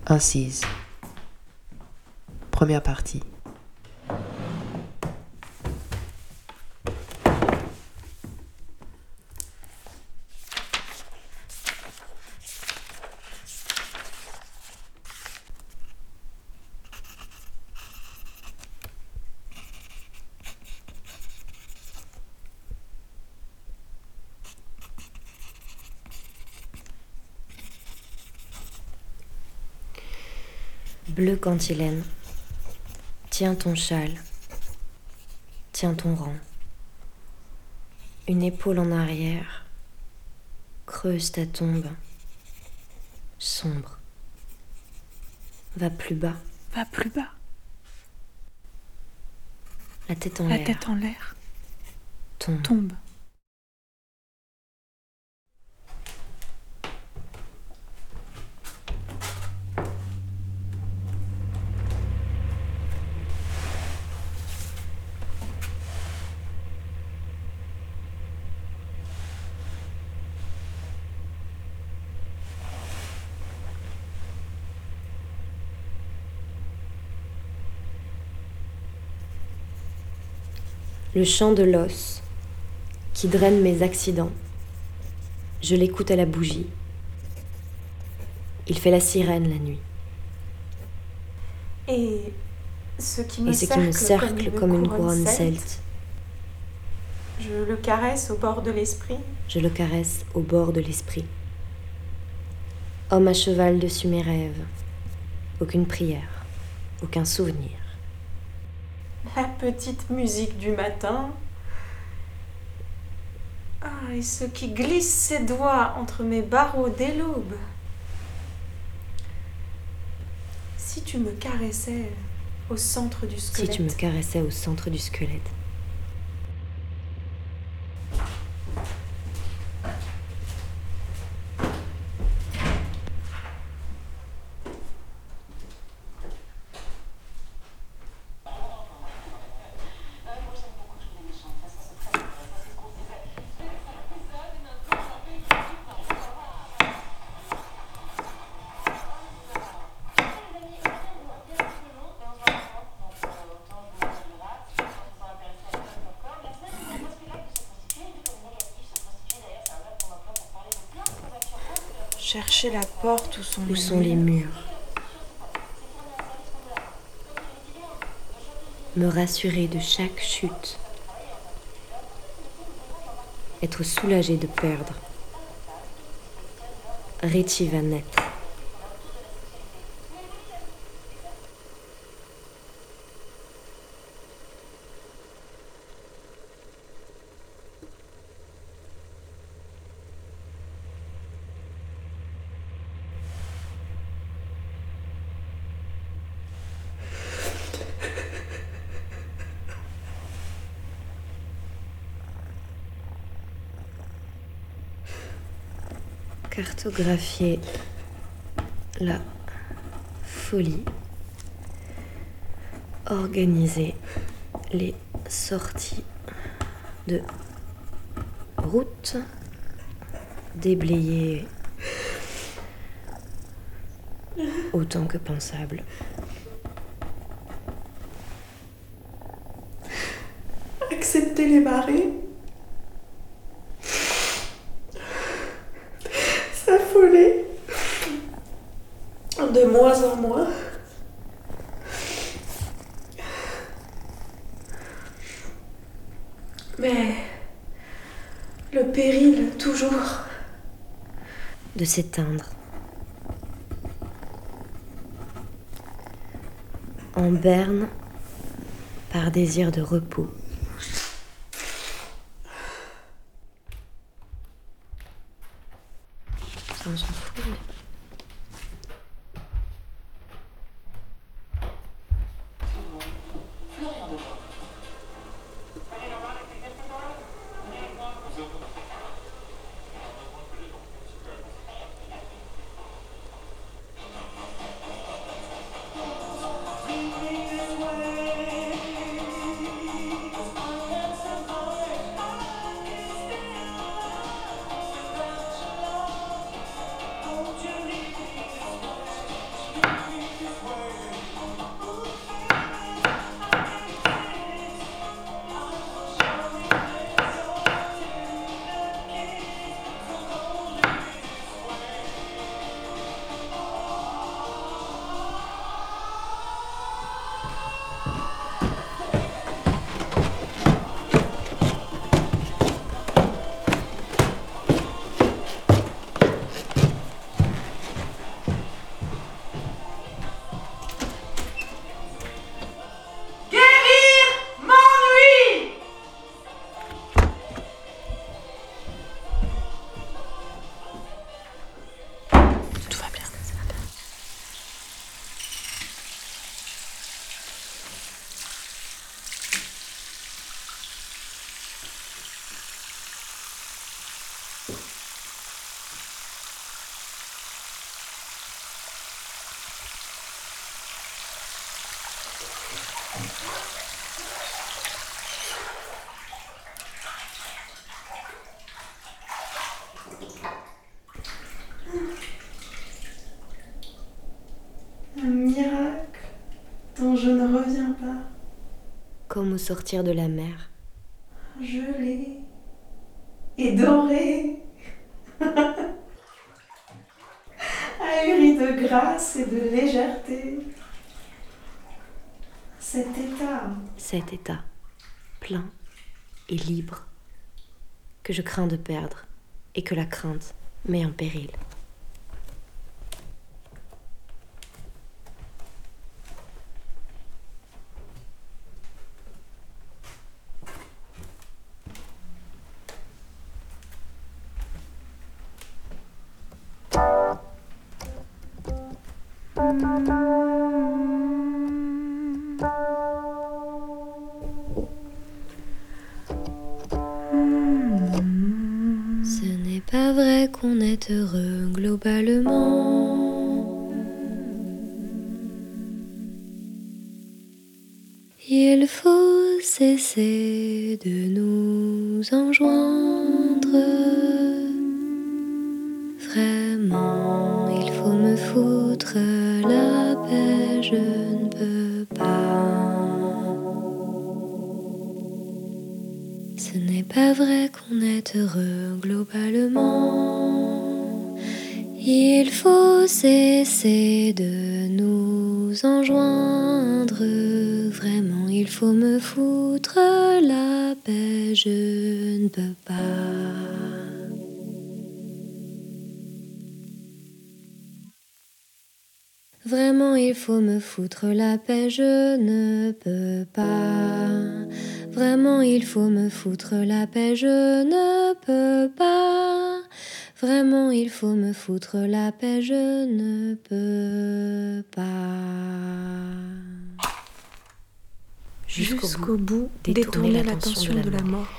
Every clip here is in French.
Incise. Première partie. Bleu cantilène, tiens ton châle, tiens ton rang. Une épaule en arrière, creuse ta tombe, sombre. Va plus bas. Va plus bas. La tête en La l'air. tête en l'air. Tombe. Tombe. Le chant de l'os qui draine mes accidents. Je l'écoute à la bougie. Il fait la sirène la nuit. Et ce qui me cercle comme une couronne celte. Je le caresse au bord de l'esprit. Je le caresse au bord de l'esprit. Homme à cheval dessus mes rêves. Aucune prière, aucun souvenir. La petite musique du matin. Ah, et ce qui glisse ses doigts entre mes barreaux dès l'aube. Si tu me caressais au centre du squelette. Si tu me caressais au centre du squelette. Chercher la porte où sont les murs. Me rassurer de chaque chute. Être soulagé de perdre. Rétif va naître. Cartographier la folie, organiser les sorties de route, déblayer autant que pensable. Accepter les marées. S'affoler. De moins en moins. Mais le péril, toujours. De s'éteindre. En berne par désir de repos. Ça, on s'en fout. ne reviens pas. Comme au sortir de la mer. Gelé et doré, ahuri de grâce et de légèreté. Cet état plein et libre, que je crains de perdre et que la crainte met en péril. Ce n'est pas vrai qu'on est heureux globalement. Il faut cesser de nous enjoindre. Vraiment, il faut me foutre la paix, je ne peux pas. Ce n'est pas vrai qu'on est heureux globalement. Il faut cesser de nous enjoindre. Vraiment, il faut me foutre la paix, je ne peux pas. Vraiment, il faut me foutre la paix, je ne peux pas. Vraiment, il faut me foutre la paix, je ne peux pas. Vraiment, il faut me foutre la paix, je ne peux pas. Jusqu'au bout, détourner l'attention de la mort.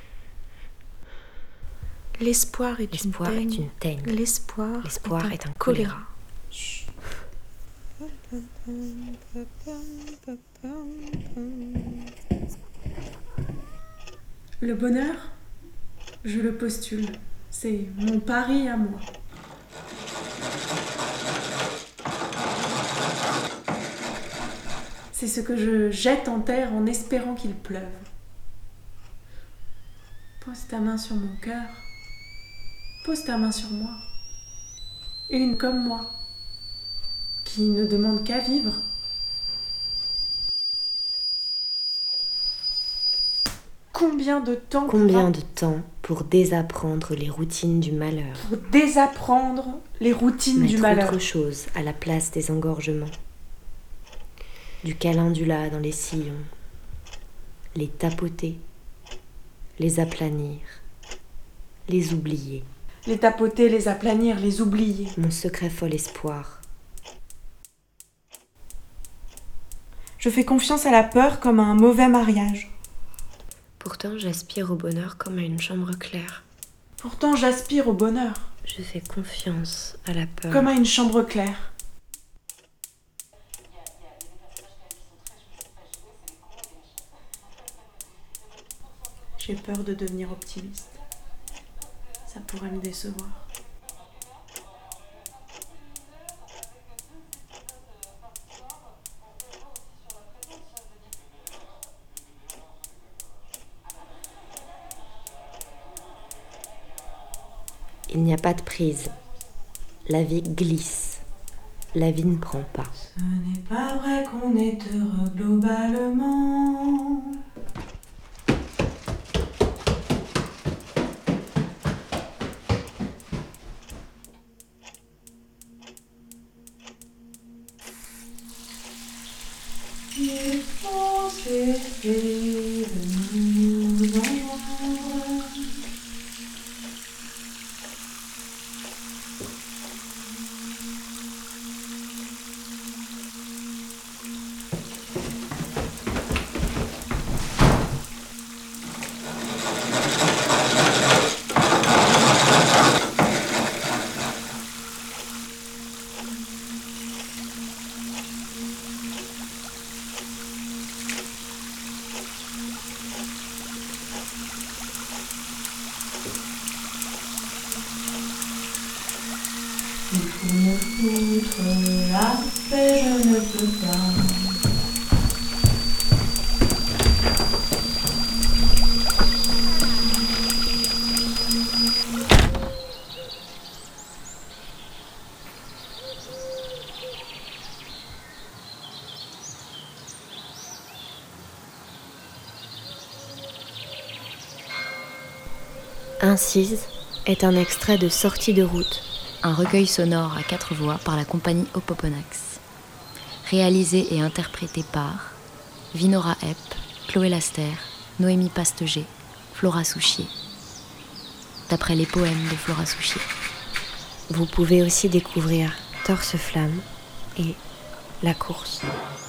L'espoir est une teigne. L'espoir est un choléra. Chut. Le bonheur, je le postule. C'est mon pari à moi. C'est ce que je jette en terre en espérant qu'il pleuve. Pose ta main sur mon cœur. Pose ta main sur moi. Une comme moi, qui ne demande qu'à vivre. Combien de temps pour désapprendre les routines du malheur? Pour désapprendre les routines du malheur. Mettre autre chose à la place des engorgements. Du calendula dans les sillons. Les tapoter. Les aplanir. Les oublier. Les tapoter, les aplanir, les oublier. Mon secret fol espoir. Je fais confiance à la peur comme à un mauvais mariage. Pourtant, j'aspire au bonheur comme à une chambre claire. Pourtant, j'aspire au bonheur. Je fais confiance à la peur. Comme à une chambre claire. J'ai peur de devenir optimiste. Ça pourrait me décevoir. Il n'y a pas de prise. La vie glisse. La vie ne prend pas. Ce n'est pas vrai qu'on est heureux globalement. Il faut cesser de nous enjoindre. Il faut me foutre la paix, je ne peux pas. Incise est un extrait de Sortie de route, un recueil sonore à 4 voix par la compagnie Opoponax. Réalisé et interprété par Vinora Epp, Chloé Laster, Noémie Pasteger, Flora Souchier. D'après les poèmes de Flora Souchier. Vous pouvez aussi découvrir Torse Flamme et La Course.